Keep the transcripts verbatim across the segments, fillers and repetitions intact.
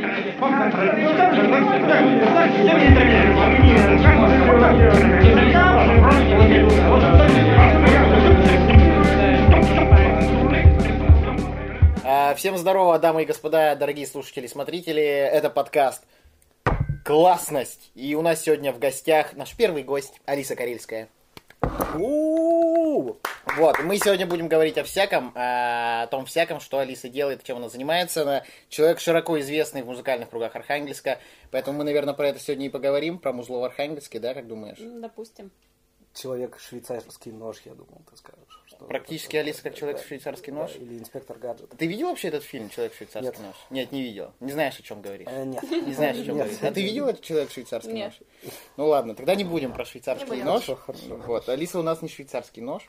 Всем здорово, дамы и господа, дорогие слушатели и смотрители. Это подкаст «Классность». И у нас сегодня в гостях наш первый гость Алиса Карельская. У-у-у! Вот, мы сегодня будем говорить о всяком, о том всяком, что Алиса делает, чем она занимается. Она человек широко известный в музыкальных кругах Архангельска, поэтому мы, наверное, про это сегодня и поговорим, про музло в Архангельске, да, как думаешь? Допустим. Человек швейцарский нож, я думал, ты скажешь. Что Практически Алиса как человек швейцарский нож? Да, или инспектор гаджет. Ты видел вообще этот фильм «Человек швейцарский Нет. нож»? Нет, не видел. Не знаешь, о чем говоришь? Э, нет. Не знаешь, о чем Нет. говоришь. А ты видел этот «Человек швейцарский Нет. нож»? Ну ладно, тогда не будем про швейцарский Не будем. нож. Хорошо, хорошо. Вот, Алиса у нас не швейцарский нож.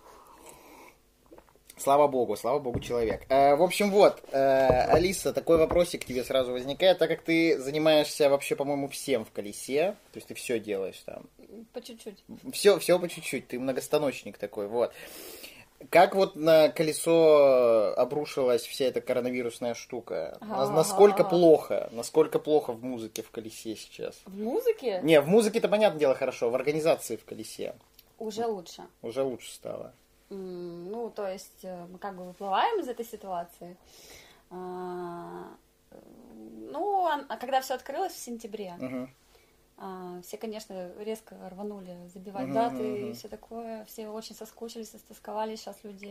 Слава богу, слава богу, человек. Э, в общем, вот, э, Алиса, такой вопросик к тебе сразу возникает, так как ты занимаешься вообще, по-моему, всем в колесе, то есть ты все делаешь там. По чуть-чуть. Все, все по чуть-чуть, ты многостаночник такой, вот. Как вот на колесо обрушилась вся эта коронавирусная штука? Ага. Насколько плохо? Насколько плохо в музыке в колесе сейчас? В музыке Не, в музыке-то, понятное дело, хорошо, в организации в колесе уже лучше. уже лучше стало. М, Ну, то есть э, мы как бы выплываем из этой ситуации. А, э, Ну, а а когда все открылось в сентябре, Угу. а, все, конечно, резко рванули забивать Мгм, даты мгм. и все такое. Все очень соскучились, истосковались. Сейчас люди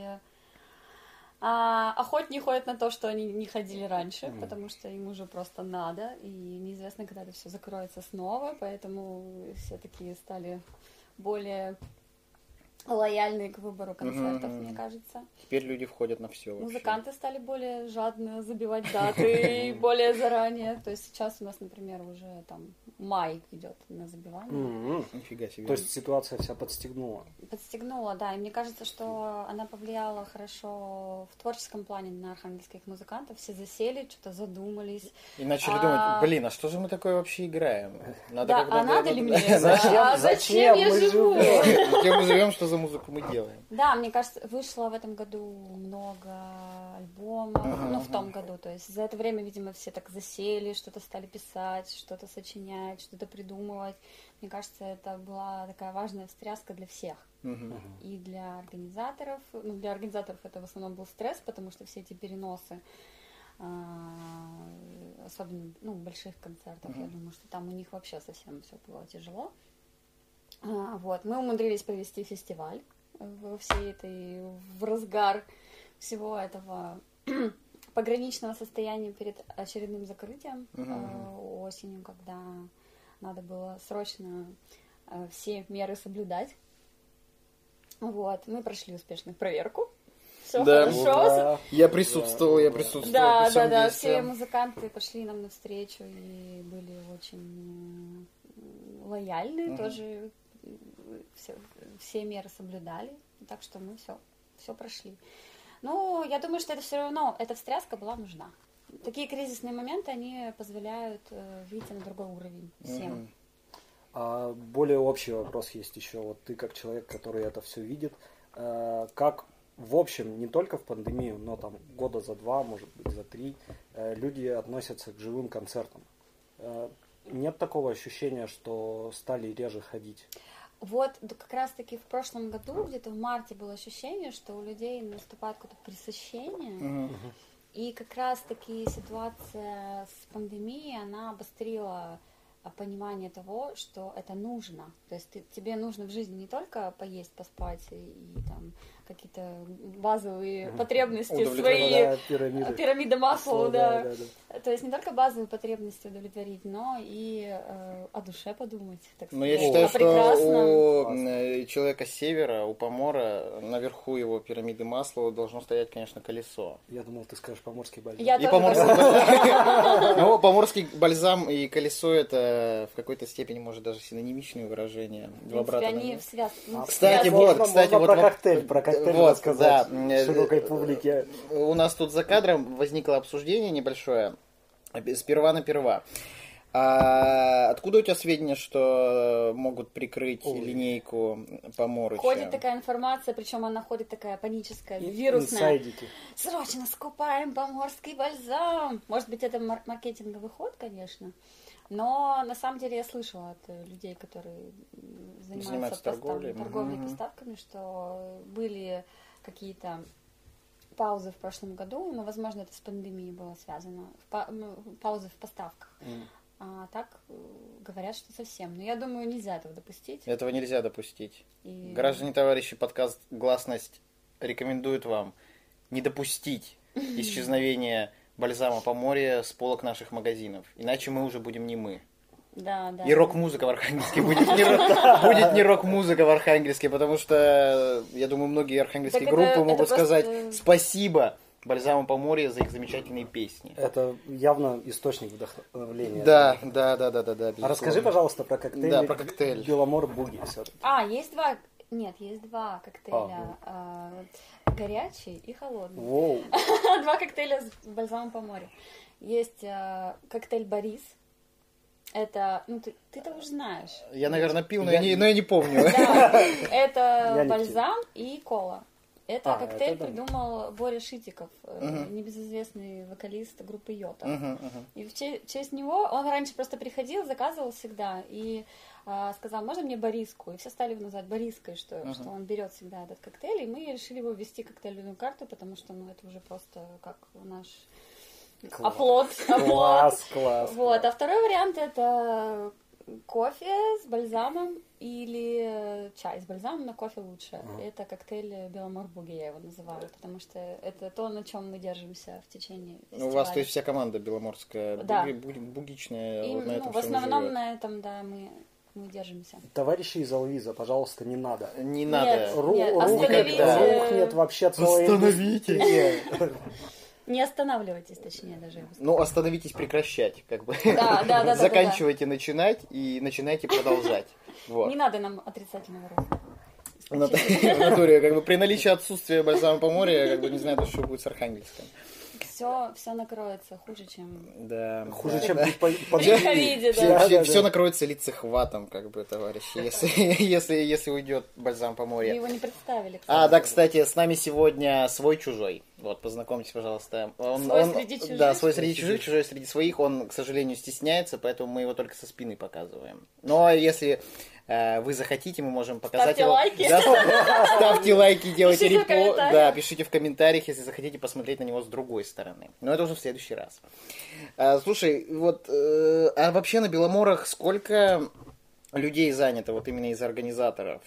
а, охотнее ходят на то, что они не ходили раньше, потому что им уже просто надо, и неизвестно, когда это все закроется снова, поэтому все такие стали более лояльные к выбору концертов, Мгм. мне кажется. Теперь люди входят на все. Музыканты стали более жадно забивать даты и более заранее. То есть сейчас у нас, например, уже там май идет на забивание. М-м. Нифига себе. То есть ситуация вся подстегнула. Подстегнула, да, и мне кажется, что она повлияла хорошо в творческом плане на архангельских музыкантов. Все засели, что-то задумались. И начали А- думать, блин, а что же мы такое вообще играем? Надо Да, как-то- а надо ли мне это? Зачем- А зачем я мы живу? живем? Где мы живем, что за музыку мы делаем? Да, мне кажется, вышло в этом году много альбомов, Ага, ну, в том ага. году, то есть за это время, видимо, все так засели, что-то стали писать, что-то сочинять, что-то придумывать. Мне кажется, это была такая важная встряска для всех. Мгм. И для организаторов, ну, для организаторов это в основном был стресс, потому что все эти переносы, а, особенно, ну, больших концертов, я думаю, что там у них вообще совсем все было тяжело. А, Вот, мы умудрились провести фестиваль во всей этой, в разгар всего этого пограничного состояния перед очередным закрытием Мгм. э, осенью, когда надо было срочно э, все меры соблюдать. Вот, мы прошли успешно проверку. Все Да. хорошо. Ура. Я присутствовал, я присутствовал. Да, при всем да, да, действии. все музыканты пошли нам навстречу и были очень э, лояльны, Мгм. тоже э, все, все меры соблюдали, так что мы все, все прошли. Ну, я думаю, что это все равно, эта встряска была нужна. Такие кризисные моменты, они позволяют э, выйти на другой уровень всем. Мгм. А более общий вопрос есть еще. Вот ты как человек, который это все видит, э, как в общем, не только в пандемию, но там года за два, может быть, за три, э, люди относятся к живым концертам. Э, Нет такого ощущения, что стали реже ходить? Вот д- как раз-таки в прошлом году, где-то в марте, было ощущение, что у людей наступает какое-то пресыщение. Мгм. И как раз-таки ситуация с пандемией, она обострила а, понимание того, что это нужно. То есть ты- тебе нужно в жизни не только поесть, поспать и, и там какие-то базовые потребности Удовлетворить, свои, Да, пирамиды. пирамида Маслоу, да. Да, да, да. То есть не только базовые потребности удовлетворить, но и э, о душе подумать, так Но я сказать, считаю, о что прекрасном. у Классно. э, человека с севера, у помора, наверху его пирамиды Маслоу должно стоять, конечно, колесо. Я думал, ты скажешь поморский бальзам. Я И тоже поморский так- Ну, поморский бальзам и колесо — это в какой-то степени, может, даже синонимичные выражения. В Два принципе, брата. они на- в связ... ну, в Кстати, связке. вот, Можно- кстати, можно вот про вот- коктейль, про коктейль вот, рассказать да. широкой публике. У нас тут за кадром возникло обсуждение небольшое, сперва на перва. А откуда у тебя сведения, что могут прикрыть Ой. линейку Поморыча? Ходит такая информация, причем она ходит такая паническая, вирусная. Инсайдики. Срочно скупаем поморский бальзам. Может быть, это мар- маркетинговый ход, конечно. Но на самом деле я слышала от э, людей, которые м, занимаются, Занимаются постав- торговлей. торговлей, Мгм. поставками, что были какие-то паузы в прошлом году, но, возможно, это с пандемией было связано. В па- ну, паузы в поставках. М. А так э, говорят, что совсем. Но я думаю, нельзя этого допустить. Этого нельзя допустить. И- Граждане, товарищи, подкаст «Гласность» рекомендует вам не допустить исчезновения бальзама Поморья с полок наших магазинов. Иначе мы уже будем не мы. Да, да. И рок-музыка в Архангельске будет не, ро- будет не рок-музыка в Архангельске, потому что, я думаю, многие архангельские Так это- группы это могут просто- сказать спасибо Бальзаму Поморья за их замечательные песни. Это явно источник вдохновления. Да, да, да, да, да, да. А расскажи, пожалуйста, про коктейль. Да, про коктейль. Беломор Буги все-таки. А, есть два... Нет, есть два коктейля. а, горячий и холодный. Воу. Два коктейля с бальзамом по морю. Есть а, коктейль Борис. Это, ну ты, ты-то уже знаешь. Я, наверное, пил, но Я- я не, но я не помню. Да, Я это не бальзам и кола. Это А, коктейль это да. придумал Боря Шитиков, э, Мгм. небезызвестный вокалист группы Йота. Мгм, мгм. И в че- в честь него он раньше просто приходил, заказывал всегда и а, сказал, можно мне Бориску? И все стали его называть Бориской, что, Мгм. что он берет всегда этот коктейль. И мы решили его ввести в коктейльную карту, потому что ну, это уже просто как наш Класс. оплот. оплот. Класс, класс. Вот. класс. А второй вариант это кофе с бальзамом или чай с бальзамом, но кофе лучше. Ага. Это коктейль Беломор Буги, я его называю, потому что это то, на чем мы держимся в течение Ну, у вас, то фестиваля. есть, вся команда беломорская, Да. буги- буги- бугичная, И, вот на ну, этом в всем основном живет. на этом, да, мы, мы держимся. Товарищи из Алвиза, пожалуйста, не надо. Не Нет. надо. Ру- Нет, рухнет, остановите. рухнет вообще целая Остановите. индустрия. Не останавливайтесь, точнее, даже. я бы Ну, остановитесь прекращать, как бы. Да, да, да, да, Заканчивайте начинать и начинайте продолжать. сказала. Вот. Не надо нам отрицательного роста. В нат- в натуре, как бы при наличии отсутствия бальзама Поморья, я как бы не знаю, что будет с Архангельском. Все, все накроется хуже, чем... Да. Хуже, да, чем да. при по- При пандемии. ковиде, Все, да. Да, все- да, все да. накроется лицехватом, как бы, товарищи, если, если, если уйдет бальзам Вы Поморья. его не представили, кстати. А, да, кстати, с нами сегодня свой-чужой. Вот, познакомьтесь, пожалуйста. Он, Свой он- среди чужих? Да, свой среди чужих, чужой среди своих. Он, к сожалению, стесняется, поэтому мы его только со спины показываем. Но если э, вы захотите, мы можем показать Ставьте его. лайки. Да, ставьте лайки, делайте Пишите в репо. комментариях. Да, пишите в комментариях, если захотите посмотреть на него с другой стороны. Но это уже в следующий раз. А, слушай, вот, э, а вообще на Беломорах сколько людей занято, вот именно из организаторов?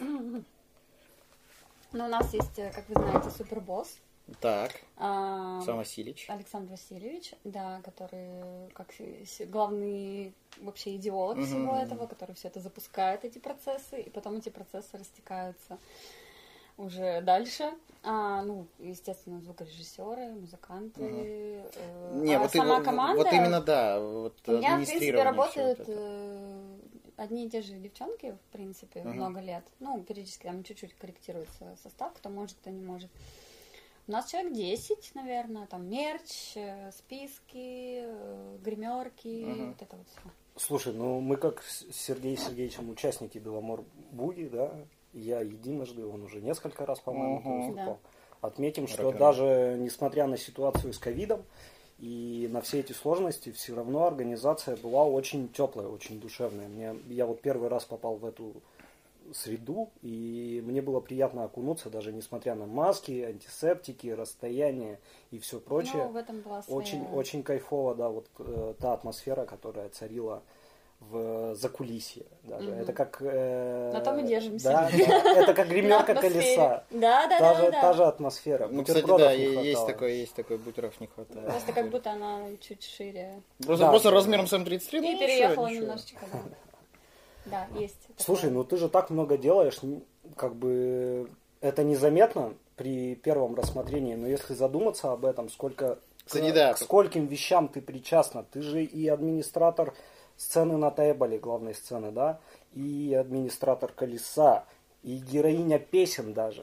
Ну, у нас есть, э, как вы знаете, супербосс. Так, а, Сам Васильевич. Александр Васильевич, да, который как с- главный вообще идеолог Мгм, всего мгм. этого, который все это запускает, эти процессы, и потом эти процессы растекаются уже дальше. А, ну, естественно, звукорежиссеры, музыканты. э, Не, а вот, и- сама вот- команда... вот именно, да, вот У меня, в принципе, администрирование работают всего вот этого. э, одни и те же девчонки, в принципе, Мгм. много лет. Ну, периодически там чуть-чуть корректируется состав, кто может, кто не может. У нас человек десять, наверное, там мерч, э, списки, э, гримерки, Мгм. вот это вот все. Слушай, ну мы как с Сергеем Сергеевичем участники Беломор Буги, да, я единожды, он уже несколько раз, по-моему, Мгм. выступал. Да. Отметим, что Рок-н-ролл. даже несмотря на ситуацию с ковидом и на все эти сложности, все равно организация была очень теплая, очень душевная. Мне, я вот первый раз попал в эту среду, и мне было приятно окунуться, даже несмотря на маски, антисептики, расстояние и все прочее. Ну, в этом была своя... Очень, очень кайфово, да, вот э, та атмосфера, которая царила в закулисье даже. Мгм. Это как... э, На том и держимся. Да, да, это как гримерка На атмосфере. колеса. Да, да, Та да, же, да. та же атмосфера. Ну, кстати, Бутербродов да, не е- есть хватало. такой, есть такой, бутеров не хватает. Просто как будто она чуть шире. Просто, Да, просто да, размером да. с эм тридцать три, ну И ничего, переехала ничего. немножечко, да. Да, есть. Слушай, такое. ну ты же так много делаешь, н- как бы это незаметно при первом рассмотрении, но если задуматься об этом, сколько Кстати, к, да. к скольким вещам ты причастна, ты же и администратор сцены на Тайболе, главной сцены, да, и администратор колеса, и героиня песен даже.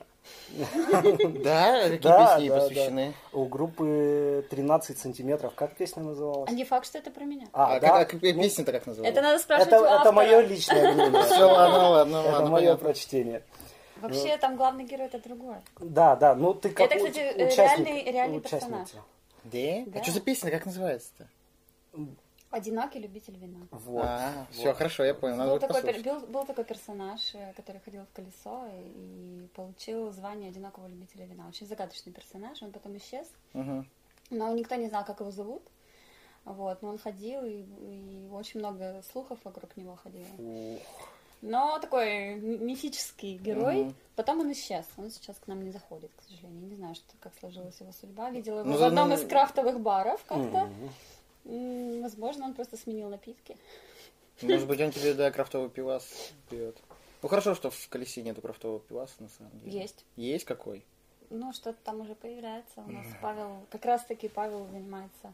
Да? Какие Да, песни ей да, посвящены? У группы тринадцать сантиметров. Как песня называлась? А не факт, что это про меня. А, А да? как- а песня-то как называлась? Это надо спрашивать Это, у это автора. мое личное мнение. Все, ладно, ладно, Это ладно, мое понятно. прочтение. Вообще, там главный герой это другой. Да, да, ну ты как Это, кстати, уч- участник, реальный- реальный участница. Да? Да. А что за песня, как называется-то? Одинокий любитель вина. Вот. А, вот. все, хорошо, я понял, надо Был будет такой, пер- послушать. был, был такой персонаж, э, который ходил в колесо и, и получил звание одинокого любителя вина. Очень загадочный персонаж, он потом исчез, Мгм. но никто не знал, как его зовут. Вот, но он ходил, и, и очень много слухов вокруг него ходило. Ух. Но такой м- мифический герой. Мгм. Потом он исчез. Он сейчас к нам не заходит, к сожалению. Не знаю, что, как сложилась его судьба. Видела его Ну, в одном ну, из крафтовых баров как-то. Мгм. М, Возможно, он просто сменил напитки. Может быть, он тебе, да, крафтовый пивас пьет. Ну, хорошо, что в колесе нету крафтового пиваса, на самом деле. Есть. Есть какой? Ну, что-то там уже появляется. У нас Павел, как раз-таки Павел занимается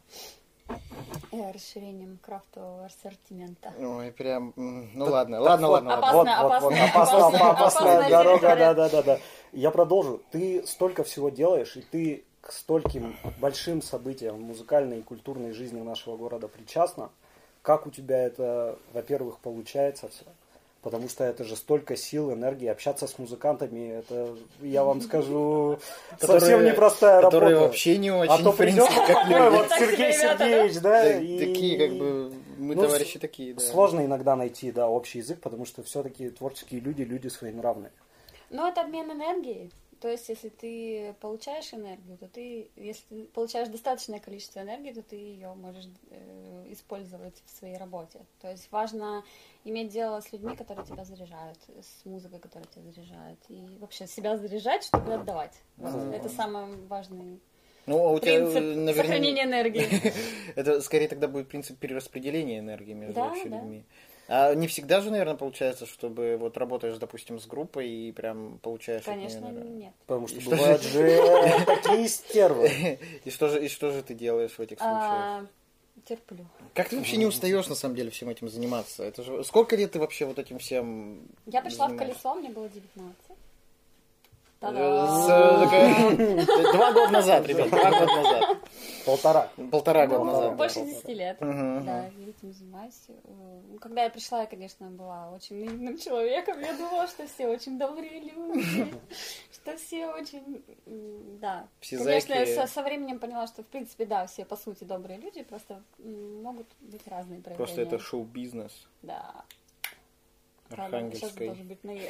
э, расширением крафтового ассортимента. Ой, прям... м, Ну, ладно, ладно, вот, ладно, ладно. Опасно, Вот, вот, вот, опасно, опасно, опасно, опасная опасная дорога, территория. да, да, да, да. Я продолжу. Ты столько всего делаешь, и ты к стольким большим событиям в музыкальной и культурной жизни нашего города причастна. Как у тебя это, во-первых, получается все? Потому что это же столько сил, энергии. Общаться с музыкантами, это, я вам скажу, Которые- совсем непростая работа. Которые вообще не очень, А то в принципе, придет как такой вот люди. Так Сергей себе ребята, да? Сергеевич, да? Так- и- Такие, как бы, мы Ну, товарищи такие, да. Сложно иногда найти, да, общий язык, потому что все-таки творческие люди, люди своенравные. Ну, это обмен энергией. То есть, если ты получаешь энергию, то ты, если ты получаешь достаточное количество энергии, то ты ее можешь э, использовать в своей работе. То есть важно иметь дело с людьми, которые тебя заряжают, с музыкой, которая тебя заряжает. И вообще себя заряжать, чтобы отдавать. Вот. Мгм. Это самый важный Ну, а у тебя, принцип наверное, сохранения энергии. это скорее тогда будет принцип перераспределения энергии между Да, вообще да. людьми. А не всегда же, наверное, получается, чтобы вот работаешь, допустим, с группой и прям получаешь от неё, Конечно, наверное. нет. Потому что И что бывают же- же такие стервы. И что же, и что же ты делаешь в этих случаях? А, терплю. Как ты вообще не устаешь на самом деле всем этим заниматься? Это же сколько лет ты вообще вот этим всем? Я пришла в занимаешься? колесо, мне было девятнадцать. С- Та-дам! такая- Два года назад, ребят, два года назад. Полтора. Полтора года Ну, назад. больше да. десяти лет. Мгм. Да, я этим занимаюсь. Ну, когда я пришла, я, конечно, была очень наивным человеком. Я думала, что все очень добрые люди, что все очень... м, Да. Все Конечно, зайки. я со, со временем поняла, что, в принципе, да, все, по сути, добрые люди, просто м, могут быть разные проявления. Просто это шоу-бизнес Да. Ладно, сейчас архангельской. должен быть наезд.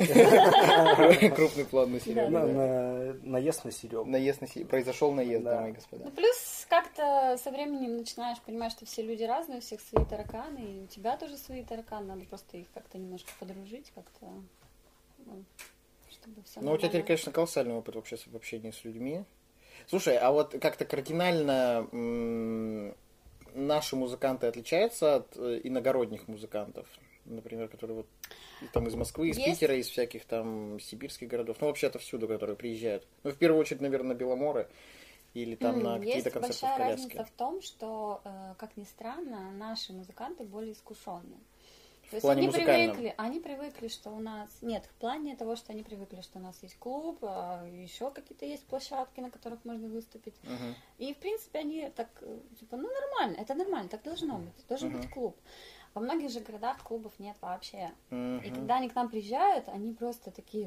Крупный план на На- Серегу. на- Наезд на Серегу. Наезд на Се- Произошел наезд, Да. дамы и господа. Ну, плюс как-то со временем начинаешь понимать, что все люди разные, у всех свои тараканы, и у тебя тоже свои тараканы, надо просто их как-то немножко подружить, как-то, ну, чтобы все Ну, у тебя теперь, конечно, колоссальный опыт вообще в общении с людьми. Слушай, а вот как-то кардинально м, наши музыканты отличаются от э, иногородних музыкантов? Например, которые вот там из Москвы, из Есть. Питера, из всяких там сибирских городов. Ну, вообще отовсюду, которые приезжают. Ну, в первую очередь, наверное, на Беломоры или там на М, какие-то Есть концерты в большая коляске. разница в том, что, э, как ни странно, наши музыканты более искушенные. То есть плане они музыкальном? привыкли, они привыкли, что у нас... Нет, в плане того, что они привыкли, что у нас есть клуб, а еще какие-то есть площадки, на которых можно выступить. Мгм. И, в принципе, они так, э, типа, ну, нормально, это нормально, так должно быть, должен Мгм. быть клуб. Во многих же городах клубов нет вообще. И Мгм. когда они к нам приезжают, они просто такие: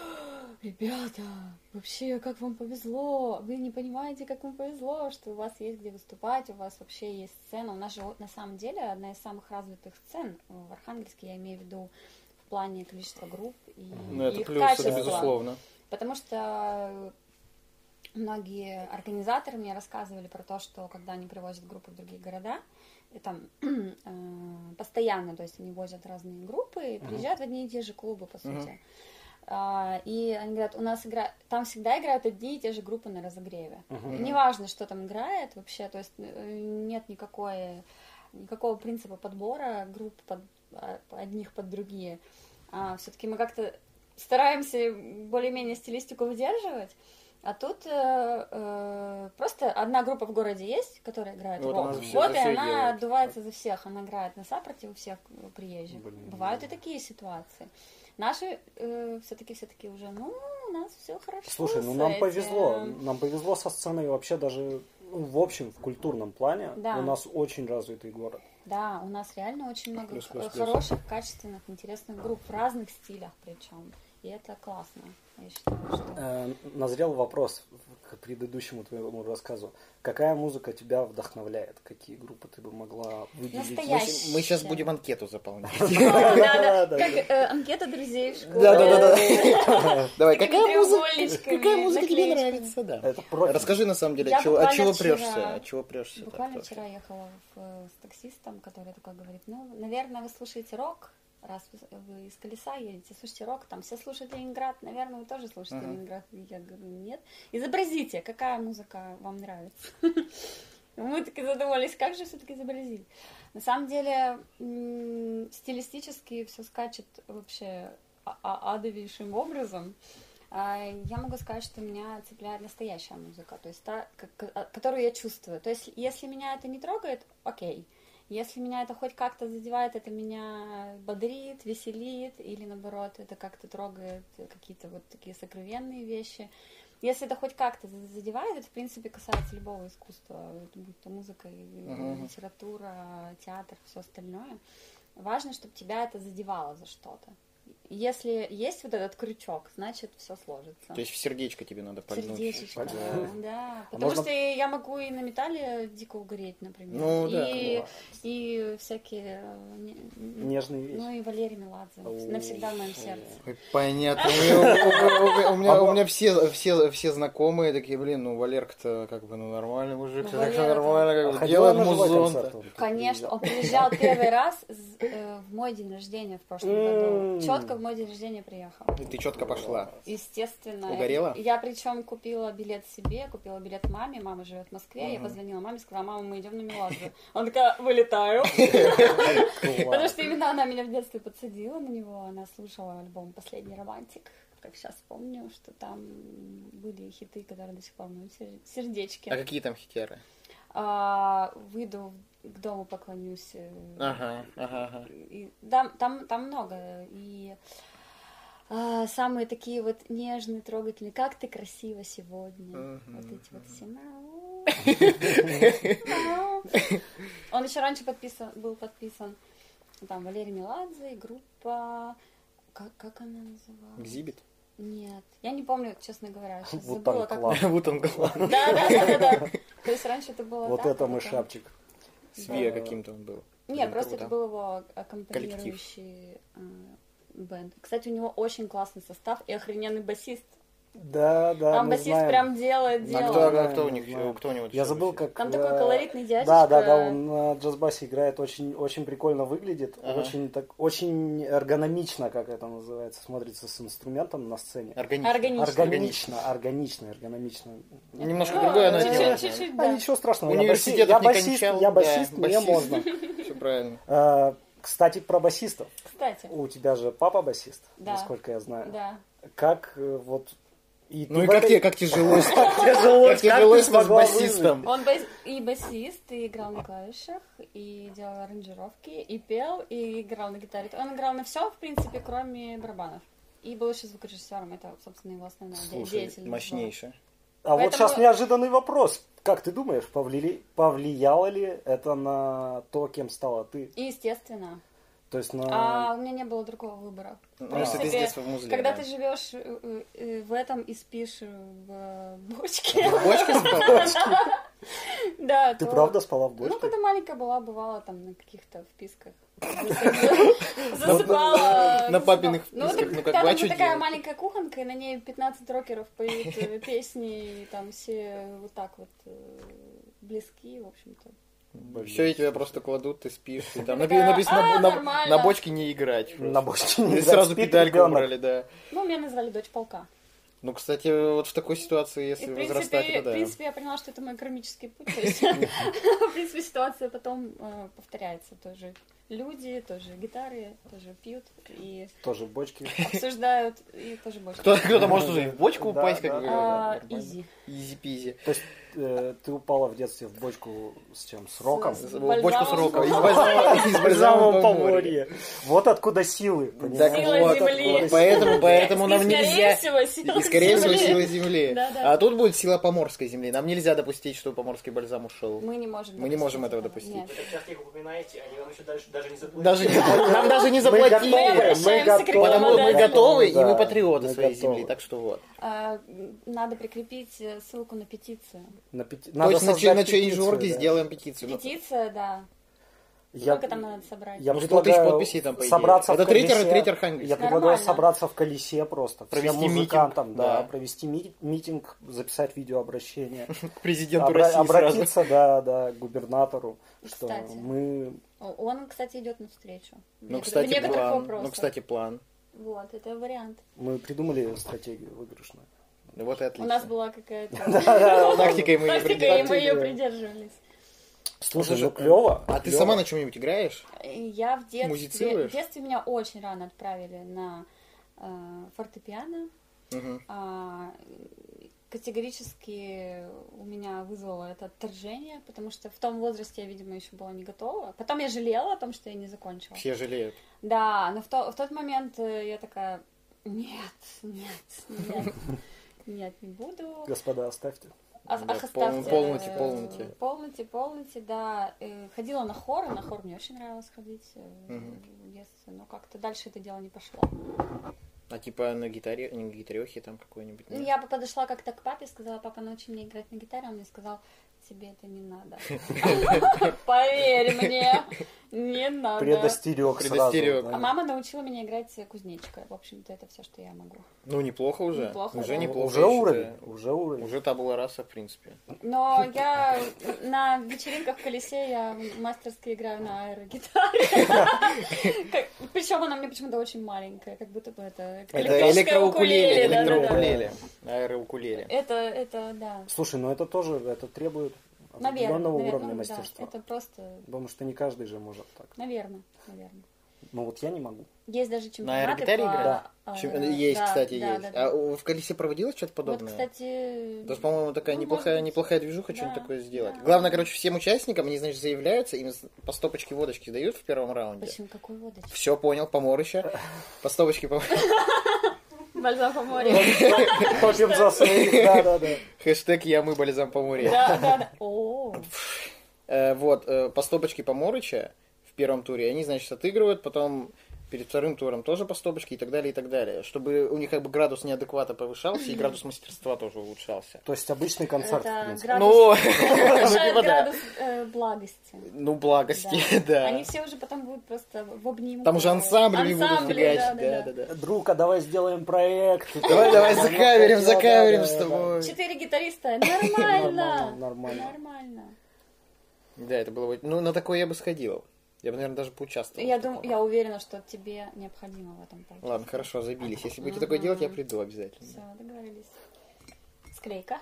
ребята, вообще, как вам повезло, вы не понимаете, как вам повезло, что у вас есть где выступать, у вас вообще есть сцена. У нас же вот на самом деле одна из самых развитых сцен в Архангельске, я имею в виду в плане количества групп и Ну, это их плюс, это качества. безусловно. Потому что многие организаторы мне рассказывали про то, что когда они привозят группы в другие города, и там э, постоянно, то есть они возят разные группы и приезжают в одни и те же клубы, по сути. Мгм. А, и они говорят, у нас игра... там всегда играют одни и те же группы на разогреве. Мгм. И неважно, что там играет вообще, то есть э, нет никакой, никакого принципа подбора групп под, а, одних под другие. А, все-таки мы как-то стараемся более-менее стилистику выдерживать. А тут э, э, просто одна группа в городе есть, которая играет Вот рок. она за все- Вот за и все она делает. отдувается за всех. Она играет на саппорте у всех приезжих. Блин. Бывают и такие ситуации. Наши э, все-таки все-таки уже, ну, у нас все хорошо. Слушай, ну с нам этим. повезло. Нам повезло со сценой вообще даже ну, в общем, в культурном плане Да. у нас очень развитый город. Да, у нас реально очень много Плюс, х- плюс, плюс. хороших, качественных, интересных групп в разных стилях причем. И это классно, я считаю, что... Э, назрел вопрос к предыдущему твоему рассказу. Какая музыка тебя вдохновляет? Какие группы ты бы могла выделить? Мы, Настоящая. щ- мы сейчас будем анкету заполнять. Да, да, да, как э, анкета друзей в школе. Да-да-да. Давай, Такими какая музыка, треугольничками, какая музыка тебе наклеечками. нравится? Да. Это профиль. Расскажи на самом деле, Я от чего, от буквально чего вчера- прешься? От чего прешься? Буквально так, вчера ехала в, э, с таксистом, который такой говорит, ну, наверное, вы слушаете рок, раз вы, вы из Колеса едете, слушайте рок, там все слушают Ленинград, наверное, вы тоже слушаете Ага. Ленинград. И я говорю, нет. Изобразите, какая музыка вам нравится. Мы таки задумались, как же все-таки изобразить. На самом деле, м, стилистически все скачет вообще а- а- адовейшим образом. А, Я могу сказать, что меня цепляет настоящая музыка, то есть та, ко- ко- которую я чувствую. То есть, если меня это не трогает, окей. Если меня это хоть как-то задевает, это меня бодрит, веселит, или наоборот, это как-то трогает какие-то вот такие сокровенные вещи. Если это хоть как-то задевает, это, в принципе, касается любого искусства, будь то музыка, и Мгм. литература, театр, все остальное. Важно, чтобы тебя это задевало за что-то. Если есть вот этот крючок, значит, все сложится. То есть в сердечко тебе надо пальнуть. Сердечечко, Пальнуть. да. А Потому можно- что я могу и на металле дико угореть, например. Ну, да, и, класс. и всякие... э, не- н- Нежные вещи. Ну и Валерий Меладзе. О, Навсегда в моем сердце. Ой, понятно. У меня, у- у- у меня- у меня все, все, все знакомые такие, блин, ну Валерка-то как бы ну нормальный мужик, Ну, все так все Валера-то- нормально, А как бы ходила делает на живой музон. концерт он тут Конечно, приезжал? он приезжал первый раз с- э, в мой день рождения в прошлом году. М. Четко в мой день рождения приехал. И ты четко пошла. Естественно. Угорела? Я причем купила билет себе, купила билет маме. Мама живет в Москве. Я позвонила маме, сказала, мама, мы идем на Меладзе. Она такая, вылетаю. Потому что именно она меня в детстве подсадила на него. Она слушала альбом «Последний романтик». Как сейчас помню, что там были хиты, которые до сих пор в моем сер- сердечке. А какие там хитеры? А, выйду к дому, поклонюсь. э, Ага, ага, ага. и там, там, там много. И а, самые такие вот нежные, трогательные. Как ты красива сегодня. Мгм, Вот эти вот все. Мяу. Он еще раньше подписан, был подписан. Там Валерий Меладзе, и группа. Как, как она называлась? Экзибит? Нет. Я не помню, честно говоря. Сейчас Вот забыла, там как. класс. Вот он главный. Да, да, да, да, да. То есть раньше это было. Вот так, это а мы потом- шапчик. С Виа каким-то он был. Нет, Ну, просто круто. это был его аккомпанирующий э, бенд. Кстати, у него очень классный состав и охрененный басист. Да, да, Там мы басист знаем. прям делает А дело. кто, а Знаем, кто у мы них, знаем. кто у него? Я еще забыл, вообще? как... Там э, такой колоритный дядечка. Да, да, да, он на джаз-басе играет очень, очень прикольно выглядит, Ага. очень, так, очень эргономично, как это называется, смотрится с инструментом на сцене. Органично. Органично. Органично, органично, эргономично. Немножко Ну, другое, но это чуть-чуть, не важно. чуть-чуть, А да. ничего страшного, я, баси- Университетов я не басист, кончал, я да, басист, мне басист. можно. Все правильно. Э, Кстати, про басистов. Кстати, У тебя же папа басист, Да. насколько я знаю. да. Как э, вот... И Ну ты и в как этой- тебе, как тяжело, тяжело, как тяжело ты с смогла басистом. Он бас- и басист, и играл на клавишах, и делал аранжировки, и пел, и играл на гитаре. Он играл на все, в принципе, кроме барабанов. И был еще звукорежиссером. Это, собственно, его основная де- Слушай, деятельность. была. мощнейшее. А вот Поэтому- сейчас неожиданный вопрос. Как ты думаешь, повлили... повлияло ли это на то, кем стала ты? И, естественно. То есть на... А у меня не было другого выбора. Ну, В если ты с принципе, детства в музле, Когда да. ты живешь э, э, в этом и спишь в бочке, В бочке спал? да, Ты то- правда спала в бочке? Ну, когда маленькая была, бывала там на каких-то вписках. Засыпала. На папиных Ну, вписках, так ну, как там бы, а чё такая делать? маленькая кухонка, и на ней пятнадцать рокеров поют э, песни, и там все вот так вот э, близки, в общем-то. Все, и тебя просто кладут, ты спишь. И там Такая, напи- написано «А, на- на, нормально». на бочке не играть. просто. На бочке И не сразу спит педальку ребенок. убрали, да. Ну, меня назвали дочь полка. Ну, кстати, вот в такой ситуации, И, если в возрастать, принципе, то в да. принципе, я поняла, что это мой кармический путь. То есть, в принципе, ситуация потом э, повторяется. Тоже люди, тоже гитары, тоже пьют и Тоже в бочке. обсуждают, и тоже больше. Кто- Кто-то может уже и в бочку Да, упасть, да. как бы. А, нормально. Изи. Изи-пизи. То есть э, ты упала в детстве в бочку с чем? С роком? С- В бочку с роком. Из бальзамом. бальзамового- из Бальзамового бальзамового поморья. поморья. Вот откуда силы, Так понимаешь? Сила вот, земли. вот, поэтому, поэтому И, нам скорее нельзя... всего, сила И, скорее всего, земли. сила земли. Да-да. А тут будет сила поморской земли. Нам нельзя допустить, что поморский бальзам ушел. Мы не можем Мы не можем этого допустить допустить. Нет. Вы так часто их упоминаете, они вам еще дальше даже не заплатили. Даже не запла- нам даже не заплатили. Мы обращаемся к Потому мы рекламодателю. готовы, и Да, мы патриоты мы своей готовы. земли. Так что вот. А, надо прикрепить э, ссылку на петицию. На пяти- То надо есть на, создать на петицию, Change.org да. сделаем петицию. Ну, Петиция, да. Я- Сколько там надо собрать? Я Ну, сто тысяч предлагаю подписей там, по идее. собраться Это в колесе. третий- третий Архангельск. Я предлагаю Нормально. собраться в колесе просто. Провести Всем музыкантам, митинг, да, да. провести ми- митинг, записать видеообращение. К президенту Обра- России сразу. обратиться, да, да, к губернатору, что Кстати. мы... О, Он, кстати, идет навстречу. В Ну, некотор- кстати, в некоторых план. вопросах. Ну, кстати, план. Вот, это вариант. Мы придумали стратегию выигрышную. Ну, вот и отлично. У нас была какая-то Тактика, и мы ее тактика, и мы ее Тактика. придерживались. Слушай, Слушай, ну клево. А ты клево. сама на чем-нибудь играешь? Я в детстве... Музицируешь? В детстве меня очень рано отправили на э, фортепиано. Мгм. А, категорически у меня вызвало это отторжение, потому что в том возрасте я, видимо, еще была не готова. Потом я жалела о том, что я не закончила. Все жалеют. Да, но в, то- в тот момент э, я такая, нет, нет, нет, нет, не буду. Господа, оставьте. А- Да, ах, пол- оставьте, полноте, э, полноте. Полноте, полноте, да. Э, Ходила на хор, и на хор мне очень нравилось ходить э, Мгм. в детстве, но как-то дальше это дело не пошло. А типа на гитаре, не на гитарехе там какой-нибудь? Ну, нет? я подошла как-то к папе, сказала, папа, научи меня играть на гитаре, он мне сказал, тебе это не надо. Поверь мне, не надо. Предостерег Предостерег. сразу. А мама научила меня играть кузнечикой. В общем-то, это все, что я могу. Ну, неплохо уже. Неплохо, уже да. неплохо. Уже я уровень. считаю. Уже уровень. Уже табула раса, в принципе. Но я на вечеринках в колесе я мастерски играю на аэрогитаре. Причем она мне почему-то очень маленькая, как будто бы это Это электрическое электроукулеле, да, да, да. электроукулеле, аэроукулеле. Это, это, да. Слушай, ну это тоже, это требует Наверное, определенного наверное, уровня ну, мастерства. да, это просто, Потому что не каждый же может так. наверное, наверное. Ну вот я не могу. Есть даже чемпионаты аэрогитаре по- играть? Да. а, Чем- Есть, да, кстати, да, есть. да, да. А у- в колесе проводилось что-то Вот, подобное? кстати... Даже, по-моему, такая ну, неплохая, может быть. неплохая движуха, Да, что-нибудь такое сделать. да. Главное, короче, всем участникам, они, значит, заявляются, им по стопочке водочки дают в первом раунде. Почему? Какой водочки? Все, понял, поморыща. По стопочке по... Бальзам по морю. Попьем за своих, да-да-да. Хэштег «Я мы бальзам по море». Да, да, да. О, Э, Вот, э, по стопочке Поморыча в первом туре, они, значит, отыгрывают, потом перед вторым туром тоже по стопочке и так далее, и так далее. Чтобы у них как бы градус неадеквата повышался, и градус мастерства тоже улучшался. То есть обычный концерт, в это принципе. градус... Ну, повышает типа да. градус э, благости. Ну, благости, да. Они все уже потом будут просто в обнимку. Там уже ансамблями будут Ансамбли, фигачить, да, да, да, да, да. Друг, а давай сделаем проект. Давай, давай, закаверим, Да, да, закаверим да, с да. тобой. Четыре гитариста. Нормально. Нормально, нормально. Нормально. Да, это было бы... Ну, на такое я бы сходил. Я бы, наверное, даже поучаствовал. Я в думаю, таком. я уверена, что тебе необходимо в этом поучаствовать. Ладно, хорошо, забились. Если будете Мгм. такое делать, я приду обязательно. Все, договорились. Склейка.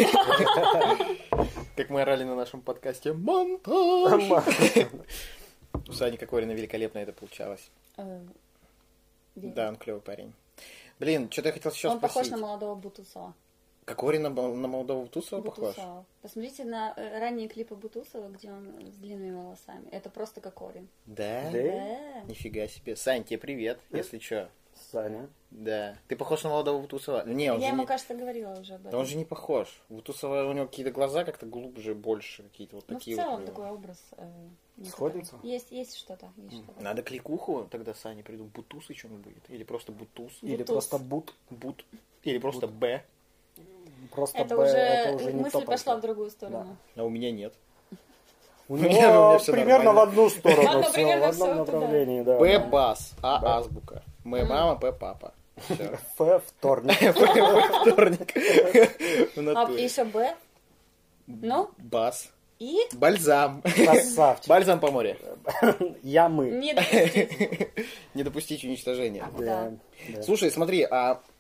Как мы орали на нашем подкасте. Монтаж! У Сани Кокорина великолепно это получалось. Э, верю. Да, он клевый парень. Блин, что-то я хотел сейчас Он спросить. похож на молодого Бутусова. Кокорин на, на молодого Бутусова похож? Бутусова. Посмотрите на э, ранние клипы Бутусова, где он с длинными волосами. Это просто Кокорин. Да? Да? Да. Нифига себе. Сань, тебе привет, если что. Саня. Да. Ты похож на молодого Бутусова? Не, он Я же ему, не... кажется, говорила уже об Да этом. он же не похож. У Бутусова у него какие-то глаза как-то глубже, больше, какие-то вот Ну, в такие целом вот. у него. такой образ. э, некоторый. Сходится? Есть, есть что-то. Есть что-то. Надо кликуху тогда Сане приду. Бутус еще будет. Или просто Бутус. Или Бутус. просто бут. Бут. Или просто Б. Просто Это Б, уже, это уже не мысль то пошла в пойдет. другую сторону. А у меня нет. У меня- у меня него всё примерно в нормально. одну сторону, Ладно, всё, примерно в одном всё туда. направлении, да. Б бас, А азбука. М мама, П папа. Всё. Ф вторник. Вторник. В А натуре. еще Б. Ну, Бас. и Бальзам. Красавчик. Бальзам по море. Я мы. не допустить. Не допустить уничтожения. Да, да. Слушай, смотри, а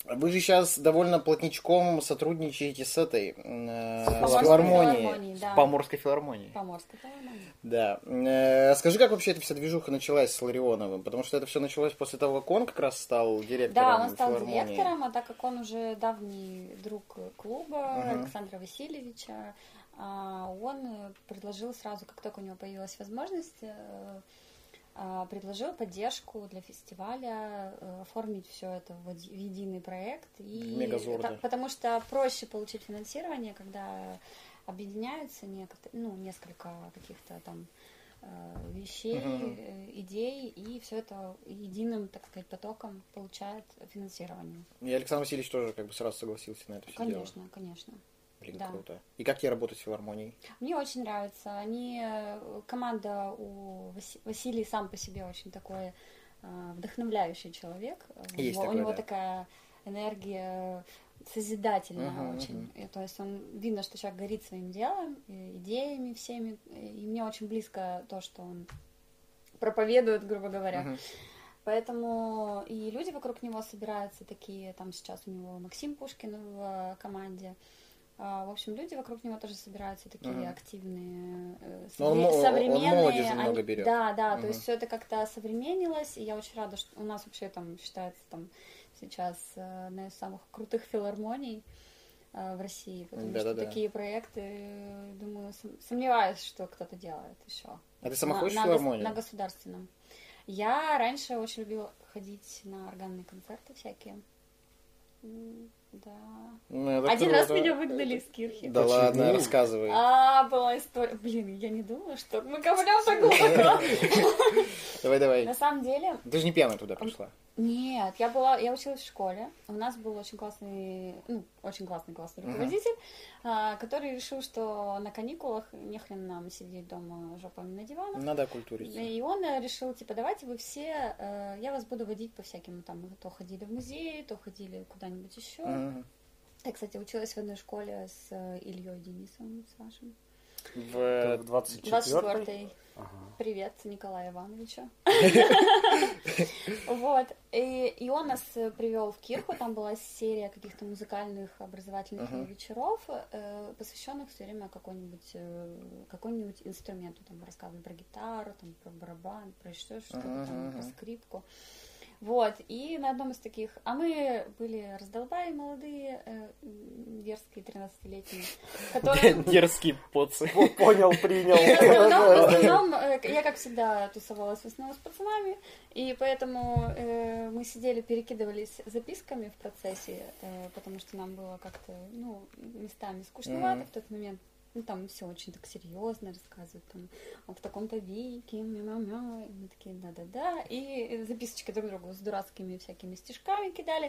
Вы же сейчас довольно плотничком сотрудничаете с этой, э, с Поморской филармонией, филармонией, да. с Поморской филармонией. Поморской филармонии. Да. Э, скажи, как вообще эта вся движуха началась с Ларионовым? Потому что это все началось после того, как он как раз стал директором Да, он стал филармонии. директором, а так как он уже давний друг клуба Мгм. Александра Васильевича, а, он предложил сразу, как только у него появилась возможность, э, а, предложил поддержку для фестиваля, э, оформить все это в оди- в единый проект. И Мегазорды. та- потому что проще получить финансирование, когда объединяются некотор- ну, несколько каких-то там э, вещей, Мгм. э, идей, и все это единым, так сказать, потоком получает финансирование. И Александр Васильевич тоже как бы сразу согласился на это все дело. Конечно, конечно. Блин, да. круто. И как тебе работать с филармонией? Мне очень нравится. Они, э, команда у Васи- Василий сам по себе очень такой э, вдохновляющий человек. Есть у, него, такое, у него да. такая энергия созидательная Мгм, очень. мгм. И, то есть он видно, что человек горит своим делом, и идеями всеми. И мне очень близко то, что он проповедует, грубо говоря. Мгм. Поэтому и люди вокруг него собираются такие, там сейчас у него Максим Пушкин в э, команде. А, В общем, люди вокруг него тоже собираются такие Мгм. активные, э, Но он совре- мо- он современные. молодежи Они- много берет. Да, да, Мгм. то есть все это как-то современнилось, и я очень рада, что у нас вообще там считается там сейчас э, одна из самых крутых филармоний э, в России, потому что Да-да-да. такие проекты, э, думаю, сом- сомневаюсь, что кто-то делает еще. А ты сама На- ходишь в на гос- филармонию? На государственном. Я раньше очень любила ходить на органные концерты всякие. М, Да. Ну, это Один круто. раз меня выгнали из кирхи. Да Почему? ладно, рассказывай. А, была история. Блин, я не думала, что мы копнем так глубоко. Давай, давай. На самом деле, Ты же не пьяная туда пришла. нет, я была, я училась в школе. У нас был очень классный, ну, очень классный классный Мгм. руководитель, а, который решил, что на каникулах нехрен нам сидеть дома жопами на диванах. Надо окультуриться. И он э, решил, типа, давайте вы все, э, я вас буду водить по всяким, там, мы то ходили в музей, то ходили куда-нибудь еще. Мгм. Я, кстати, училась в одной школе с э, Ильей Денисовым, с вашим. В... Это в двадцать двадцать четвёртой? четвёртый. Ага. Привет, Николая Ивановича. Вот. И, и он нас привел в Кирху, там была серия каких-то музыкальных образовательных Мгм. вечеров, э, посвященных все время какой-нибудь, э, какой-нибудь инструменту. Там рассказывали про гитару, там, про барабан, про что- что-то, Мгм, там, про мгм. скрипку. Вот, и на одном из таких, а мы были раздолбаи молодые, э, дерзкие тринадцатилетние, которые... Дерзкие поцы. Понял, принял. В основном, в основном, э, я, как всегда, тусовалась в основном с пацанами, и поэтому э, мы сидели, перекидывались записками в процессе, э, потому что нам было как-то, ну, местами скучновато Мгм. в тот момент. Ну, там все очень так серьезно рассказывают, там, а в таком-то веке, мя-мя-мя, и мы такие, да-да-да, и записочки друг другу с дурацкими всякими стишками кидали.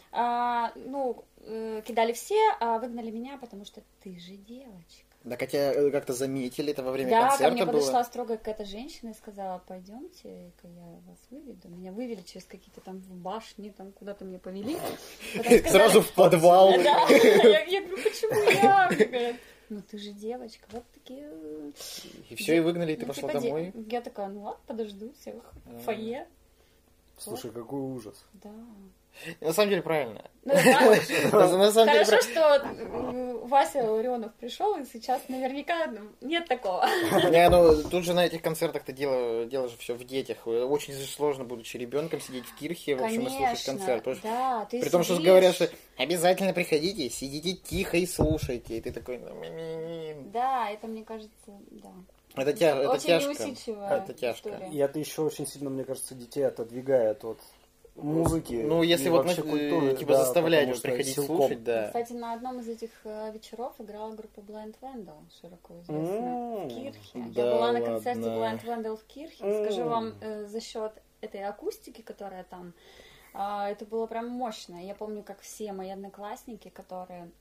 А, ну, э, кидали все, а выгнали меня, потому что ты же девочка. Так, а тебя э, как-то заметили, это во время Да, ко концерта мне было? подошла строгая какая-то женщина и сказала, пойдемте-ка я вас выведу. Меня вывели через какие-то там в башни, там куда-то меня повели. Потом сказали- Сразу в подвал. Да, я, я говорю, почему я? Мне говорят, ну ты же девочка, вот такие... э, И все, и выгнали, и ты ну, пошла типа, де- домой. Я такая, ну ладно, подожду всех в фойе. Слушай, какой ужас. Да. На самом деле правильно. Ну, да. На самом деле Хорошо, правильно. что э, Вася Ларионов пришел, и сейчас наверняка ну, нет такого. Не, ну тут же на этих концертах-то дело, дело же все в детях. Очень же сложно, будучи ребенком, сидеть в кирхе, в общем, и слушать концерт. Потому что- да, ты При том, что сидишь- говорят, что обязательно приходите, сидите тихо и слушайте. И ты такой, ну, ми-ми-ми. Да, это, мне кажется, да. Это, тя... это Очень тяжко. неусидчивая Это тяжко. история. И это еще очень сильно, мне кажется, детей отодвигает от музыки. Ну, если и вот вообще на- культуры, типа да, заставлять потому вот что приходить силком. слушать, да. Кстати, на одном из этих э, вечеров играла группа Blind Vandal, широко известная, М, в Кирхе. да Я была на концерте ладно. Blind Vandal в Кирхе. М. Скажу вам, э, за счет этой акустики, которая там, а, это было прям мощно. Я помню, как все мои одноклассники, которые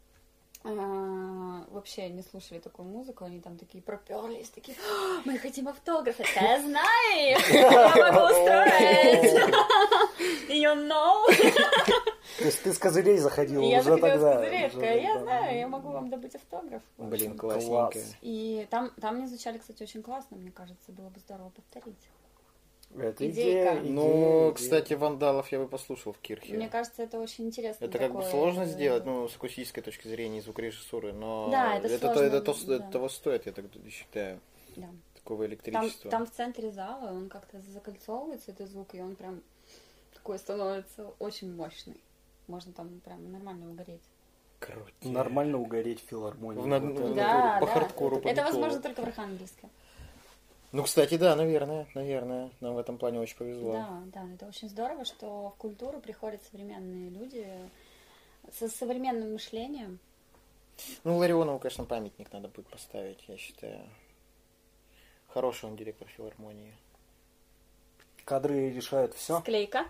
а, вообще не слушали такую музыку, они там такие проперлись, такие, «А, мы хотим автограф, я знаю, я могу устроить, you know. То есть ты с козырей заходила И я уже заходила тогда. с козырей, такая, уже, я да. знаю, я могу вам добыть автограф. В Блин, общем. классненько. Класс. И там, там мне звучали, кстати, очень классно, мне кажется, было бы здорово повторить. Это идейка. идея, идея, Ну, идея. кстати, Вандалов я бы послушал в Кирхе. Мне кажется, это очень интересно. Это как бы такое, сложно э, сделать, ну, с акустической точки зрения и звукорежиссуры, но Да, это это, сложно, то, это, то- да. это того стоит, я так считаю, Да. такого Там, электричества. там в центре зала он как-то закольцовывается, этот звук, и он прям такой становится очень мощный. Можно там прям нормально угореть. Круто. Нормально угореть в филармонии. В на- Вот ну, это. Да, по да. хардкору, это, по это металлу. возможно только в Архангельске. Ну, кстати, да, наверное, наверное, нам в этом плане очень повезло. Да, да, это очень здорово, что в культуру приходят современные люди со современным мышлением. Ну, Ларионову, конечно, памятник надо будет поставить, я считаю. Хороший он директор филармонии. Кадры решают все. Склейка.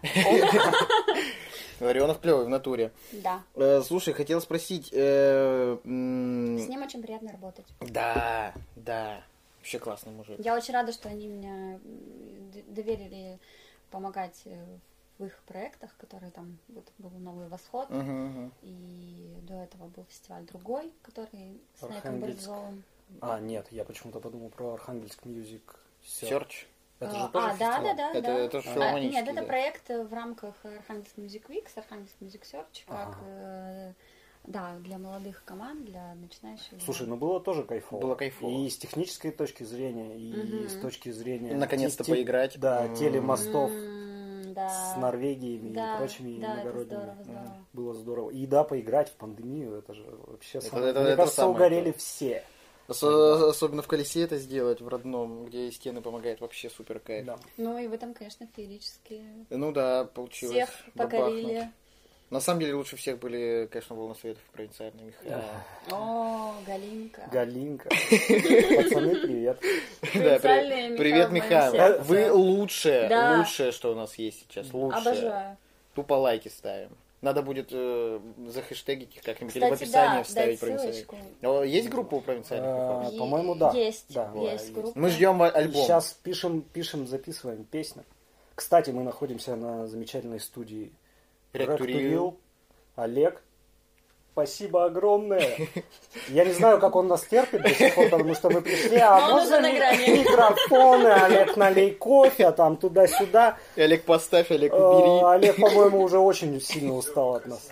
Ларионов клевый в натуре. Да. Э, слушай, хотел спросить... э, С м, ним очень приятно работать. Да, да. Вообще классный мужик. Я очень рада, что они мне д- доверили помогать э, в их проектах, которые там вот был «Новый восход», Мгм, мгм. и до этого был фестиваль другой, который с Нейком Архангельск. Борзовым. А, нет, я почему-то подумал про Архангельск Мьюзик. Серч. Это А, же тоже а, да, фестиваль? да, да, Это- да. это же А, филармонический, Нет, это да. проект в рамках Архангельск Music Week, Архангельск Music Search, как Ага. э, да, для молодых команд, для начинающих. Слушай, да. ну было тоже кайфово. Было кайфово. И с технической точки зрения, и Мгм. с точки зрения... И наконец-то те- те- поиграть. Да, М. телемостов М, да. с Норвегиями Да, и прочими да, это иногородними. здорово, здорово. Было здорово. И да, поиграть в пандемию, это же вообще... Это- самое- это- Мне это кажется, самое угорели то. все. Осо- Особенно в колесе это сделать, в родном, где стены помогает, вообще супер кайф. Да. Ну и вы там, конечно, феерически Ну да, получилось. всех бабахнуть. покорили. На самом деле лучше всех были, конечно, Волносветов и провинциальный Михаил. О, Галинка. Галинка. Пацаны, привет. Да, Провинциальные при- привет, Михаил в моем Михаил. сердце. Вы лучшее, Да. лучшее, что у нас есть сейчас. Лучшее. Обожаю. Тупо лайки ставим. Надо будет э, захэштегить как-нибудь или в Кстати, описании да, вставить дать провинциальный. ссылочку. О, есть группа у провинциальных? А, Михаил? Е- по-моему, да. Есть, Да, есть есть. группа. Мы ждем альбом. Сейчас пишем, пишем, записываем песню. Кстати, мы находимся на замечательной студии Rack to Rack to Reel. Reel. Олег, спасибо огромное. Я не знаю, как он нас терпит до сих пор, потому что мы пришли, а Но он можно уже на ми- грани. микрофоны, Олег, налей кофе, там туда-сюда. Олег, поставь, Олег, Э, убери. Олег, по-моему, уже очень сильно устал от нас.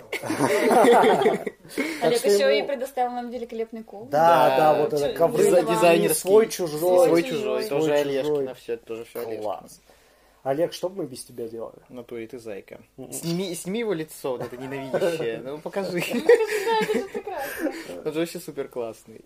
Олег что еще ему- и предоставил нам великолепный коврик. Да, Да, да, вот это чу- ковры. дизай- дизайнерский. Свой, чужой. Свой, Свой, чужой, чужой. тоже Свой, Олежкина, чужой. все, это тоже все Олежкина. Класс. Олег, что бы мы без тебя делали? В натуре ты зайка. Сними, сними его лицо, вот это ненавидящее. Ну, покажи. Прекрасно. Он же вообще супер классный.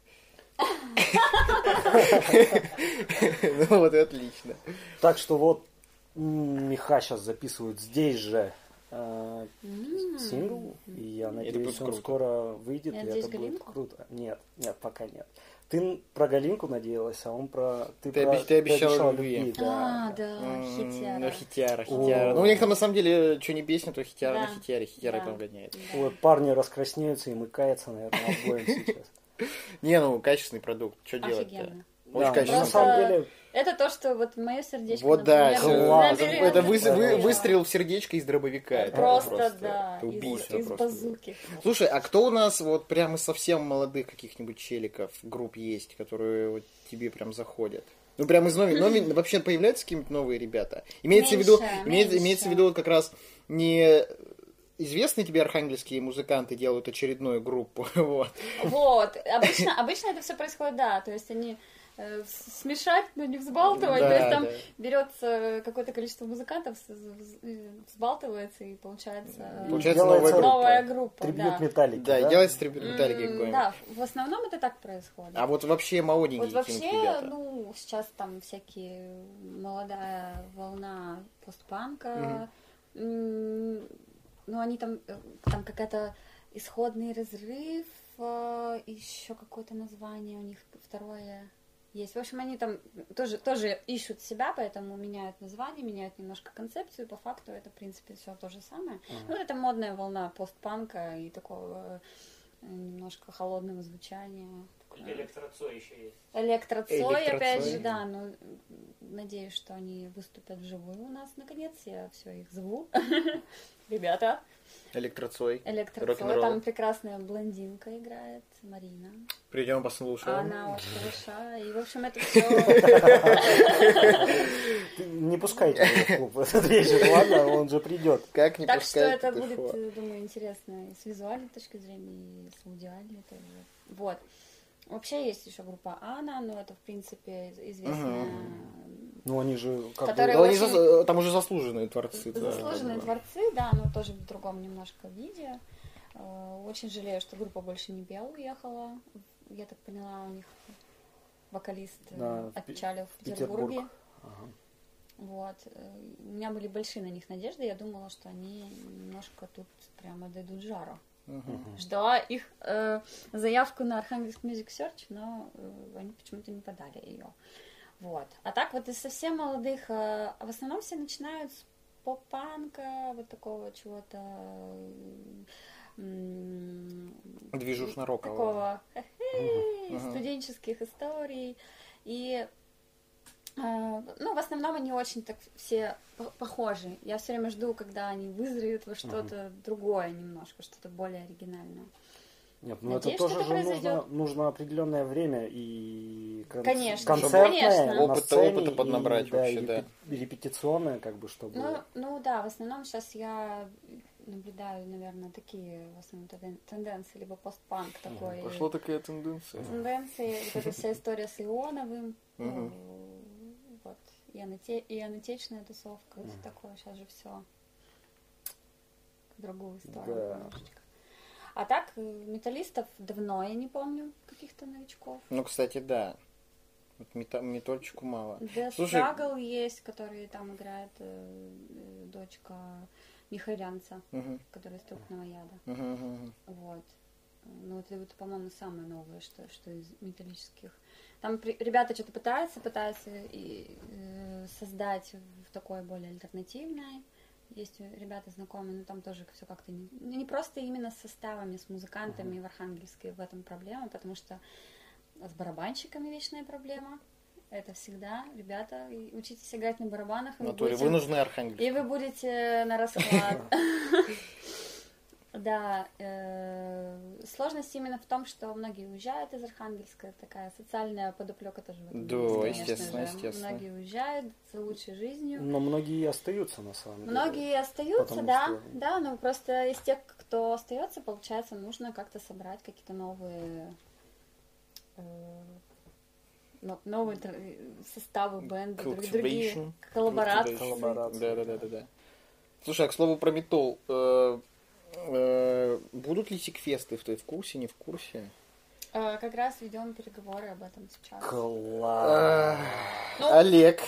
Ну вот и отлично. Так что вот м, Миха сейчас записывают здесь же э, сингл, и я надеюсь, будет он круто. скоро выйдет, Я и надеюсь, это будет Галинку? круто. Нет, нет, пока нет. Ты н- про Галинку надеялась, а он про... Ты про- обещ- ты обещала любви. А, да. да, М, Ну, хитяра. хитяра, хитяра. О. Ну, у них там на самом деле, что не песня, то хитяра Да. на хитяре, хитяра Да. там гоняет. Да. Вот парни раскраснеются и мыкаются, наверное, обоим сейчас. Не, ну, качественный продукт, что делать-то? Офигенно. Очень Да, качественно. на самом деле, Это то, что вот мое сердечко. Вот да, например, это, класс. наберет. это вы- вы- Конечно. выстрел в сердечко из дробовика. Это Просто, да, это из, убийство из просто. базуки. Слушай, а кто у нас вот прям из совсем молодых каких-нибудь челиков, групп есть, которые вот тебе прям заходят? Ну, прям из новых, нови- вообще появляются какие-нибудь новые ребята? Имеется в виду, Меньше, имеется, меньше. имеется в виду вот как раз не известные тебе архангельские музыканты делают очередную группу, вот. Вот. Обычно, обычно это все происходит, да. То есть они э, с- смешать, но не взбалтывать. Да, То есть там да. берется какое-то количество музыкантов, с- с- э, взбалтывается и получается, э, Получается Делается новая группа. новая группа. трибют да. металлики, Да, и делается трибют металлики М, какой-нибудь. Да, в основном это так происходит. А вот вообще молоденькие Вот какие-нибудь вообще, ребята. ну, сейчас там всякие молодая волна постпанка, м, ну, они там, э, там какая-то исходный разрыв, еще какое-то название у них второе есть. В общем, они там тоже, тоже ищут себя, поэтому меняют название, меняют немножко концепцию, по факту это, в принципе, все то же самое. Ну, это модная волна постпанка и такого э, немножко холодного звучания. Такое- Электроцой еще есть. Электроцой, Электроцой. опять же, да, ну, надеюсь, что они выступят вживую у нас, наконец, я все их зову. Ребята, Электроцой. Электроцой, Рок-н-ролл. там прекрасная блондинка играет, Марина, Придем послушаем. она очень хороша, и, в общем, это все... не не пускайте его в клуб в этот вечер, ладно? Он же придет. Как не Так что пускать это Петушова? будет, думаю, интересно и с визуальной точки зрения, и с аудиальной тоже. Вот. Вообще есть еще группа Анна, но это, в принципе, известная... Ну, они же как Которые бы... Да, они очень- зас- Там уже заслуженные творцы. да. Заслуженные творцы, да, но тоже в другом немножко виде. Э, Очень жалею, что группа больше не пела, уехала. Я так поняла, у них вокалист э, Да, в Пи- отчалил в Петербург. Петербурге. Ага. Вот. Э, У меня были большие на них надежды. Я думала, что они немножко тут прямо дойдут жару. Мгм. Ждала их э, заявку на Archangels Music Search, но э, они почему-то не подали ее. Вот. А так вот из совсем молодых, э, в основном все начинают с поп-панка, вот такого чего-то м, Движушно-рокового. такого хе-хе, Мгм. студенческих историй. И э, ну, в основном они очень так все по- похожи. Я все время жду, когда они вызреют во что-то другое немножко, что-то более оригинальное. Нет, ну Надеюсь, это тоже что же это нужно, произойдет. нужно определенное время и кон- Конечно, концертное конечно. на Опыта- сцене опыта поднабрать и, да, вообще, и да. репе- репетиционное, как бы, чтобы... Ну, ну да, в основном сейчас я наблюдаю, наверное, такие в основном тенден- тенденции, либо постпанк такой. Пошла такая тенденция. Тенденции, вот эта вся история с Ионовым, Мгм. э, вот, и, анате, и анатечная тусовка, это такое, сейчас же все в другую сторону Да. немножечко. А так, э, металлистов давно я не помню, каких-то новичков. Ну, кстати, да. Вот мета- метольчику мало. The Слушай- Struggle есть, который там играет э, э, дочка Михайлянца, Мгм. которая из трупного яда. Мгм, мгм. Вот. Ну, это, вот, по-моему, самое новое, что, что из металлических. Там при- ребята что-то пытаются, пытаются и, э, создать в такое более альтернативное. Есть у ребята знакомые, но там тоже все как-то не, ну, не просто именно с составами, с музыкантами в Архангельске в этом проблема, потому что с барабанщиками вечная проблема. Это всегда, ребята, и учитесь играть на барабанах, и В вы натуре, будете- вы нужны Архангельск. и вы будете на расклад. Да, э, сложность именно в том, что многие уезжают из Архангельска, такая социальная подоплека тоже в этом Да, есть, конечно естественно, же. естественно. Многие уезжают за лучшей жизнью. Но многие и остаются, на самом деле. Многие остаются, Потому да, что- да, но просто из тех, кто остается, получается, нужно как-то собрать какие-то новые э, но- новые тр- составы бенда, друг- другие Cultivation. коллаборации. Коллаборации. Да, да, да, да, да. Слушай, а к слову про метал. э, э, Будут ли сикфесты? Ты в курсе, не в курсе? Э, Как раз ведем переговоры об этом сейчас. Класс. Ну, Олег.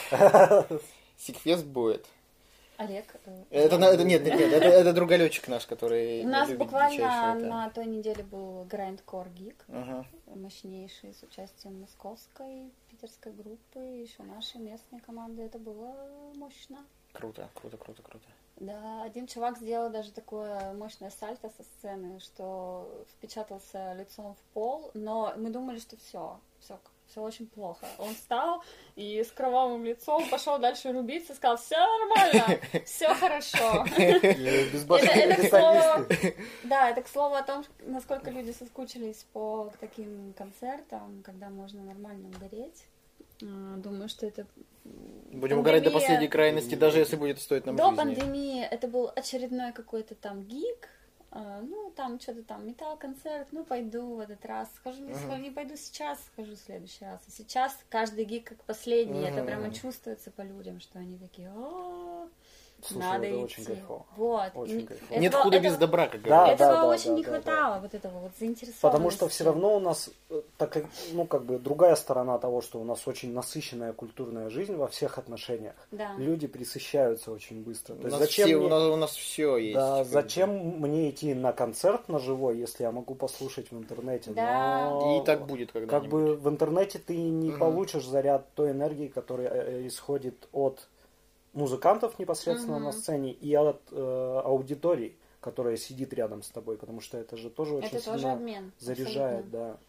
Сикфест будет. Олег, э, Это, на- это нет, нет, нет, это, это другалечек наш, который у нас любит буквально дичайше это. на той неделе был Grindcore Geek, Ага. мощнейший, с участием московской, питерской группы, еще нашей местной команды. Это было мощно. Круто, круто, круто, круто. Да, один чувак сделал даже такое мощное сальто со сцены, что впечатался лицом в пол, но мы думали, что все, все, все очень плохо. Он встал и с кровавым лицом пошел дальше рубиться, сказал: все нормально, все хорошо. Безбашенные Это, это к слову, металлисты. да, это к слову о том, насколько люди соскучились по таким концертам, когда можно нормально угореть. А, Думаю, что это Будем угорать до пандемия- последней крайности, даже если будет стоить нам До жизни. пандемии это был очередной какой-то там гик. а, Ну, там что-то там, металл-концерт, ну, пойду в этот раз. Скажу, не, Мгм. не пойду сейчас, скажу в следующий раз. А сейчас каждый гик как последний, это Мгм. прямо чувствуется по людям, что они такие: «О, Слушай, надо это идти». очень кайфово. Вот. Очень И кайфово. Нет этого- худа этого- без добра, как Да, говорится. Этого да, очень да, не да, хватало, вот этого вот заинтересованности. Потому что все равно у нас, э, так как, ну, как бы другая сторона того, что у нас очень насыщенная культурная жизнь во всех отношениях. Да. Люди присыщаются очень быстро. То У есть нас, зачем все, мне- у, нас, у нас все есть. Да, как бы. зачем мне идти на концерт на живой, если я могу послушать в интернете? Да. Но И так будет как когда-нибудь. бы в интернете ты не Мгм. получишь заряд той энергии, которая э, исходит от музыкантов непосредственно Мгм. на сцене и от э, аудитории, которая сидит рядом с тобой, потому что это же тоже очень Это тоже сильно обмен. заряжает, абсолютно. да.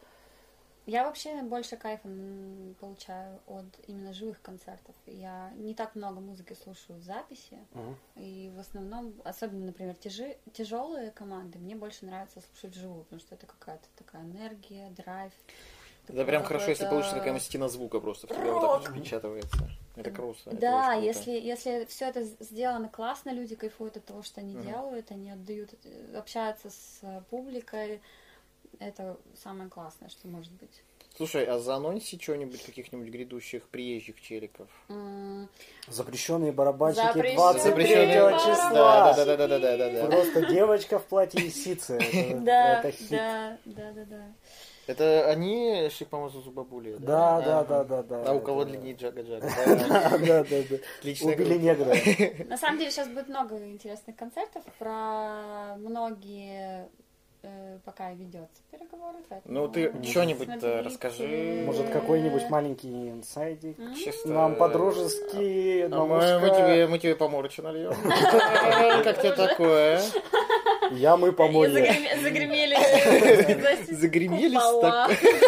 Я вообще больше кайфа м, получаю от именно живых концертов. Я не так много музыки слушаю в записи. Мгм. И в основном, особенно, например, тяжи, тяжелые команды, мне больше нравится слушать вживую, потому что это какая-то такая энергия, драйв. Это прям такое хорошо, если какое-то- получится такая стена звука просто в тебя вот так вот впечатывается. Это круто. это Да, очень круто. если, если все это сделано классно, люди кайфуют от того, что они Мгм. делают, они отдают, э, общаются с э, публикой. Это самое классное, что может быть. Слушай, а заанонси что-нибудь, каких-нибудь грядущих приезжих челиков? М, Запрещенные барабанщики Запрещенные двадцать третьего барабанщики. числа. Да, да, да, да, да, да, да. Просто девочка в платье лисицы. Это- Да, Это хит. да, да, да, да. Это они шли по мазу бабули? Да, да, Ага. да, да, да. А у кого Это- длиннее джага-джага? Да, да, да, да. Отличная Убили группа. негра. На самом деле сейчас будет много интересных концертов. Про многие э, пока ведется переговоры. Поэтому Ну, ты можете что-нибудь-то смотреть, расскажи. э, Может, какой-нибудь маленький инсайдик? м? Чисто- Нам по-дружески, А но мы, мы мужская. тебе, мы тебе поморочи нальем. Как тебе такое? Я мы И помоли. загреме- Загремели, так сказать, Загремели купола.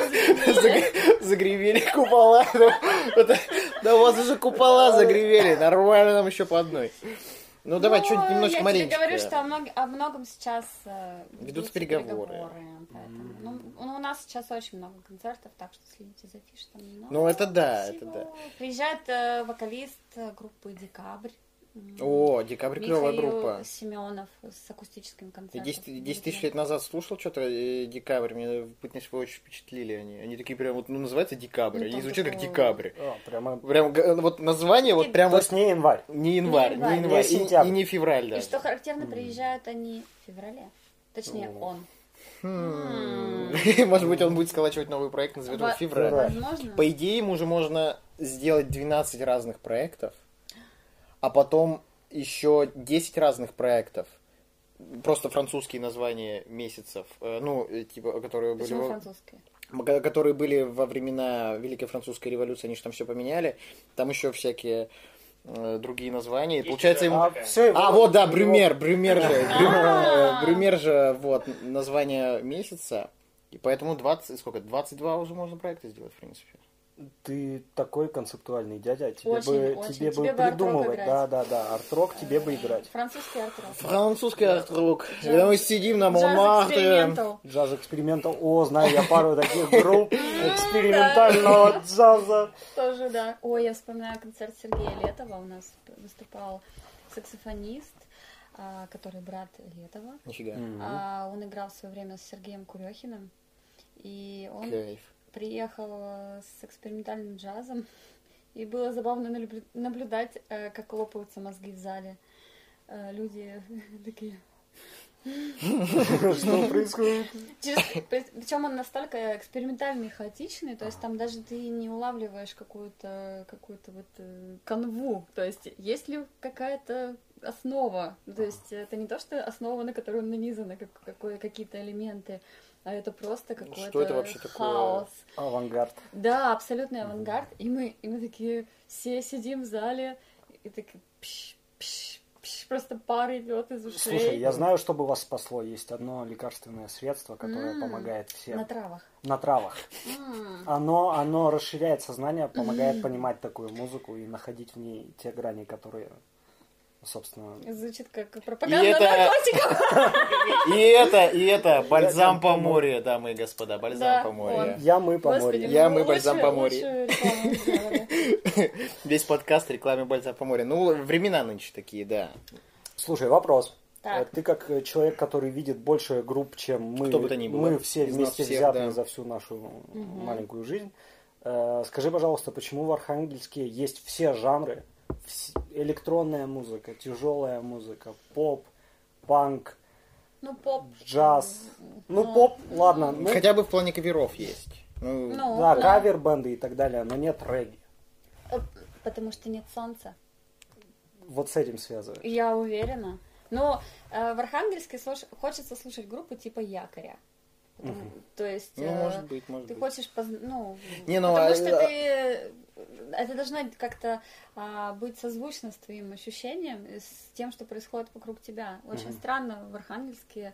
Заг- Загремели купола. Это- Да у вас уже купола загремели. Нормально нам еще по одной. Ну давай Ну, что-нибудь немножко Я маленькое. тебе говорю, что о, мног- о многом сейчас э, Ведутся переговоры. поэтому. Ну, ну, у нас сейчас очень много концертов, так что следите за афишами. Ну, это да, это всего. да. Приезжает э, вокалист э, группы «Декабрь». М, О, Декабрь клевая Михаил группа. Семенов с акустическим Я концертом. десять десять тысяч лет назад слушал что-то э, Декабрь, мне в бытность свою очень впечатлили они. Они такие прям, вот, ну, называется Декабрь, Ну, они там звучат как такое- Декабрь. О, Прямо. Прям, г- вот название вот прям То вот есть не январь. не январь, Не не январь, январь, не и, сентябрь. и не февраль И даже. что характерно, приезжают они в феврале. Точнее, О. он. Хм. Может быть, он будет сколачивать новый проект, назовет его Во- февраль. Возможно. По идее, ему уже можно сделать двенадцать разных проектов, а потом еще десять разных проектов. Просто французские названия месяцев, э, ну, э, типа, которые были, Почему во- французские? м, которые были во времена Великой Французской революции, они же там все поменяли. Там еще всякие э, другие названия. И Есть получается еще ему... А, все, А, вот, да, Брюмер, Брюмер же, Брюмер, А. э, Брюмер же, вот, название месяца, и поэтому двадцать, сколько, двадцать два уже можно проекта сделать, в принципе. Ты такой концептуальный дядя, тебе Очень, бы, очень. тебе Тебе бы бы арт-рок придумывать, играть. да, да, да, арт-рок тебе бы играть. Французский арт-рок. Французский арт-рок. Джаз. Мы сидим на Джаз Монмартре. экспериментал. Джаз экспериментал. О, знаю я пару таких групп экспериментального джаза. Тоже, да. Ой, я вспоминаю концерт Сергея Летова. У нас выступал саксофонист, а, который брат Летова. Нифига. А, Он играл в свое время с Сергеем Курехиным. И он Кайф. приехал э, с экспериментальным джазом. И было забавно налюб- наблюдать, э, как лопаются мозги в зале. Э, Люди такие... Что происходит? Причем он настолько экспериментальный и хаотичный, то есть там даже ты не улавливаешь какую-то какую-то вот э, канву. То есть есть ли какая-то основа? То есть это не то, что основа, на которую нанизаны как, какое, какие-то элементы, а это просто какой-то Что это вообще такое? хаос. Авангард. Да, абсолютный авангард. И мы, и мы такие все сидим в зале и такие пш, пш, пш, просто пар идет из ушей. Слушай, я знаю, что бы вас спасло. Есть одно лекарственное средство, которое М. помогает всем. На травах. На травах. М. Оно, оно расширяет сознание, помогает понимать такую музыку и находить в ней те грани, которые, собственно... Звучит как И пропаганда это, наркотиков. и это, и это, бальзам по морю, дамы и господа, бальзам Да, по морю. он. Я мы по Господи, морю. Я мы мы бальзам лучше- по морю. лучшую рекламу сделали. Весь подкаст рекламе бальзам по морю. Ну, времена нынче такие, да. Слушай, вопрос. Так. Э, Ты как э, человек, который видит больше групп, чем мы, Кто бы то ни было. мы все Из нас вместе всех, взятые да. за всю нашу маленькую жизнь, э, скажи, пожалуйста, почему в Архангельске есть все жанры? Вс- электронная музыка, тяжелая музыка, поп, панк, Ну, поп. джаз. Ну, Ну, поп, ладно. ну, Хотя бы в плане каверов есть. Ну, Ну, да, да. кавер-бенды и так далее, но нет регги. Э, Потому что нет солнца. Вот с этим связываю. Я уверена. Но э, в Архангельске слуш- хочется слушать группы типа Якоря. Потому- То есть ну, э, может быть, может ты быть. хочешь, поз- ну, Не, ну, потому а- что ты, это должно как-то а, быть созвучно с твоим ощущением, и с тем, что происходит вокруг тебя. Очень странно в Архангельске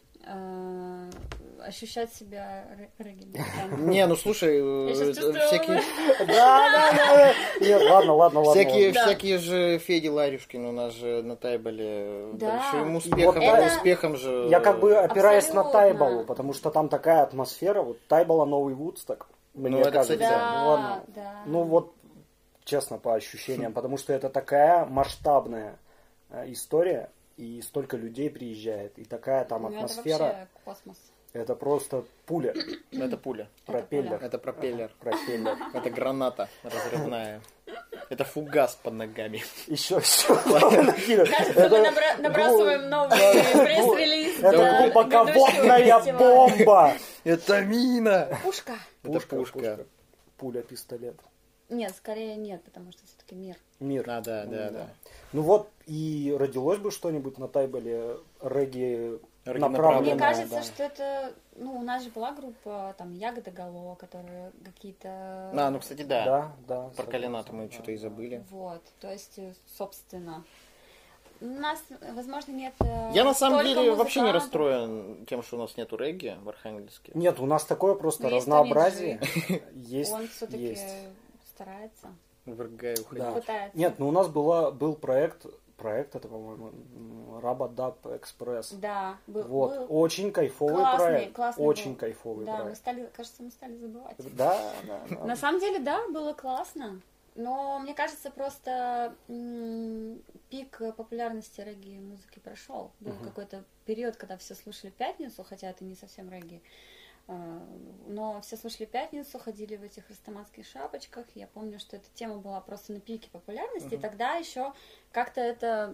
э, ощущать себя рэ- регги-музыкантом. Не, ну слушай, Я щас э, чувствую всякие, Да, да, да. Нет, ладно, ладно, ладно. всякие, Да. всякие же Феди Ларюшкин у нас же на Тайболе Да. большим успехом, Это- успехом же. Я как бы опираюсь на Абсолютно. Тайболу, потому что там такая атмосфера, вот Тайбола новый Вудсток, мне это, кажется. кстати, Да, Ну, ладно. да. Ну вот честно, по ощущениям, потому что это такая масштабная э, история, и столько людей приезжает, и такая там Ну, это атмосфера. вообще космос. Это просто пуля, Это пуля. пропеллер. Это пропеллер. Пропеллер. Это граната разрывная. Это фугас под ногами. Еще, еще. Кажется, мы набра- набрасываем новый пресс-релиз. Это для глубоководная грядущего фестиваля. бомба. Это мина! Пушка. Это пушка. Пуля, пистолет. Нет, скорее нет, потому что все-таки мир. Мир. Да, да, да, да. Ну вот, и родилось бы что-нибудь на Тайболе регги Регги направленное. Мне Правильно, кажется, да. что это... Ну, у нас же была группа, там, Ягода Гало, которые какие-то... А, ну, кстати, да. Да, да. Про Калината мы да, что-то и да. забыли. Вот, то есть, э, собственно... У нас, возможно, нет... э, Я на самом столько деле вообще не музыкантов. расстроен тем, что у нас нету регги в Архангельске. Нет, у нас такое просто Ну, есть разнообразие. Есть, Он все-таки есть. старается, В РГ уходить. Да. пытается. Нет, ну у нас была, был проект, проект это, по-моему, Рабадап Экспресс. Да, был, Вот, был очень кайфовый классный, проект. классный Очень был. кайфовый Да, мы проект. стали, кажется, мы стали забывать. Да, да, да. На самом деле, да, было классно. Но мне кажется, просто м, пик популярности регги-музыки прошел. Был Мгм. какой-то период, когда все слушали «Пятницу», хотя это не совсем регги. А, Но все слушали «Пятницу», ходили в этих растаманских шапочках. Я помню, что эта тема была просто на пике популярности. И тогда еще как-то это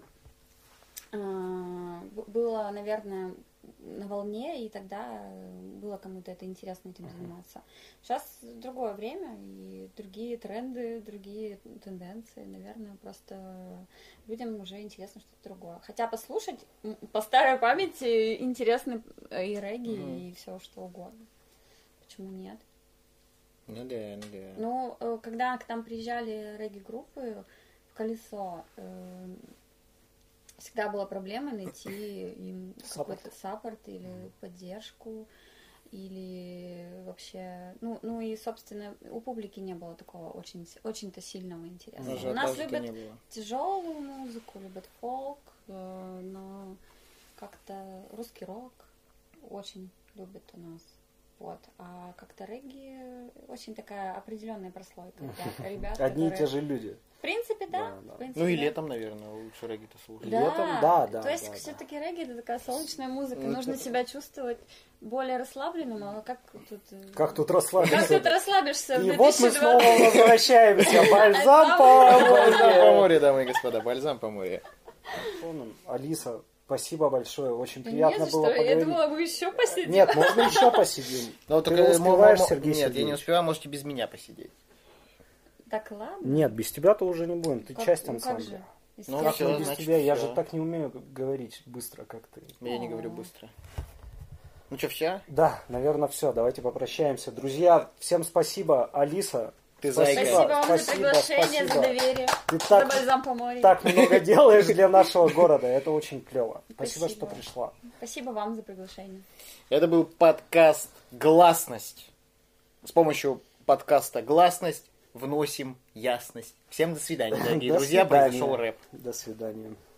а, б- было, наверное, на волне, и тогда было кому-то это интересно этим заниматься. Сейчас другое время, и другие тренды, другие тенденции, наверное, просто людям уже интересно что-то другое. Хотя послушать м, по старой памяти интересны и регги, Мгм. и все что угодно. Почему нет? Ну да, ну да. Ну, э, когда к нам приезжали регги-группы в «Колесо», э, всегда была проблема найти им Саппорт. какой-то саппорт или поддержку, или вообще... Ну, ну и, собственно, у публики не было такого очень, с- очень-то сильного интереса. Ну, У нас ажиотажа-то любят не было. тяжелую музыку, любят фолк, э, но как-то русский рок очень любят у нас. Вот. А как-то регги очень такая определенная прослойка. Да, ребят, Одни и которые- те же люди. В принципе, да. Да, да. В принципе, Ну и да. летом, наверное, лучше регги-то слушать. Да, Летом, да, да, то есть да, да. все-таки регги это такая солнечная музыка, Ну, нужно это- себя чувствовать более расслабленным, а как тут... э, Как тут Как расслабиться? тут расслабишься в И вот мы две тысячи снова двадцатом? возвращаемся. Бальзам Бальзам по по море, дамы и господа, бальзам по море. морю. Алиса, спасибо большое. Очень Да не приятно за было что, я поговорить. думала, вы еще посидите. Нет, можно еще посидим. Ну, Ты только не мо- успеваешь, мо- Сергей Нет, я не Сергеевич? успеваю, можете без меня посидеть. Так, ладно. Нет, без тебя-то уже не будем. Ты Как- часть ну, как ансамбля. же? Ну, Как всё, мы без значит, тебя? Я всё. же так не умею говорить быстро, как ты. Я не говорю быстро. Ну что, все? Да, наверное, все. Давайте попрощаемся. Друзья, всем спасибо. Алиса, Ты спасибо, зайка. Спасибо вам за спасибо, приглашение, спасибо. за доверие, Ты за так, бальзам по морю. так много делаешь для нашего города. Это очень клево. Спасибо, Спасибо. что пришла. Спасибо вам за приглашение. Это был подкаст «Гласность». С помощью подкаста «Гласность» вносим ясность. Всем до свидания, дорогие До друзья. свидания. Произошел рэп. До свидания.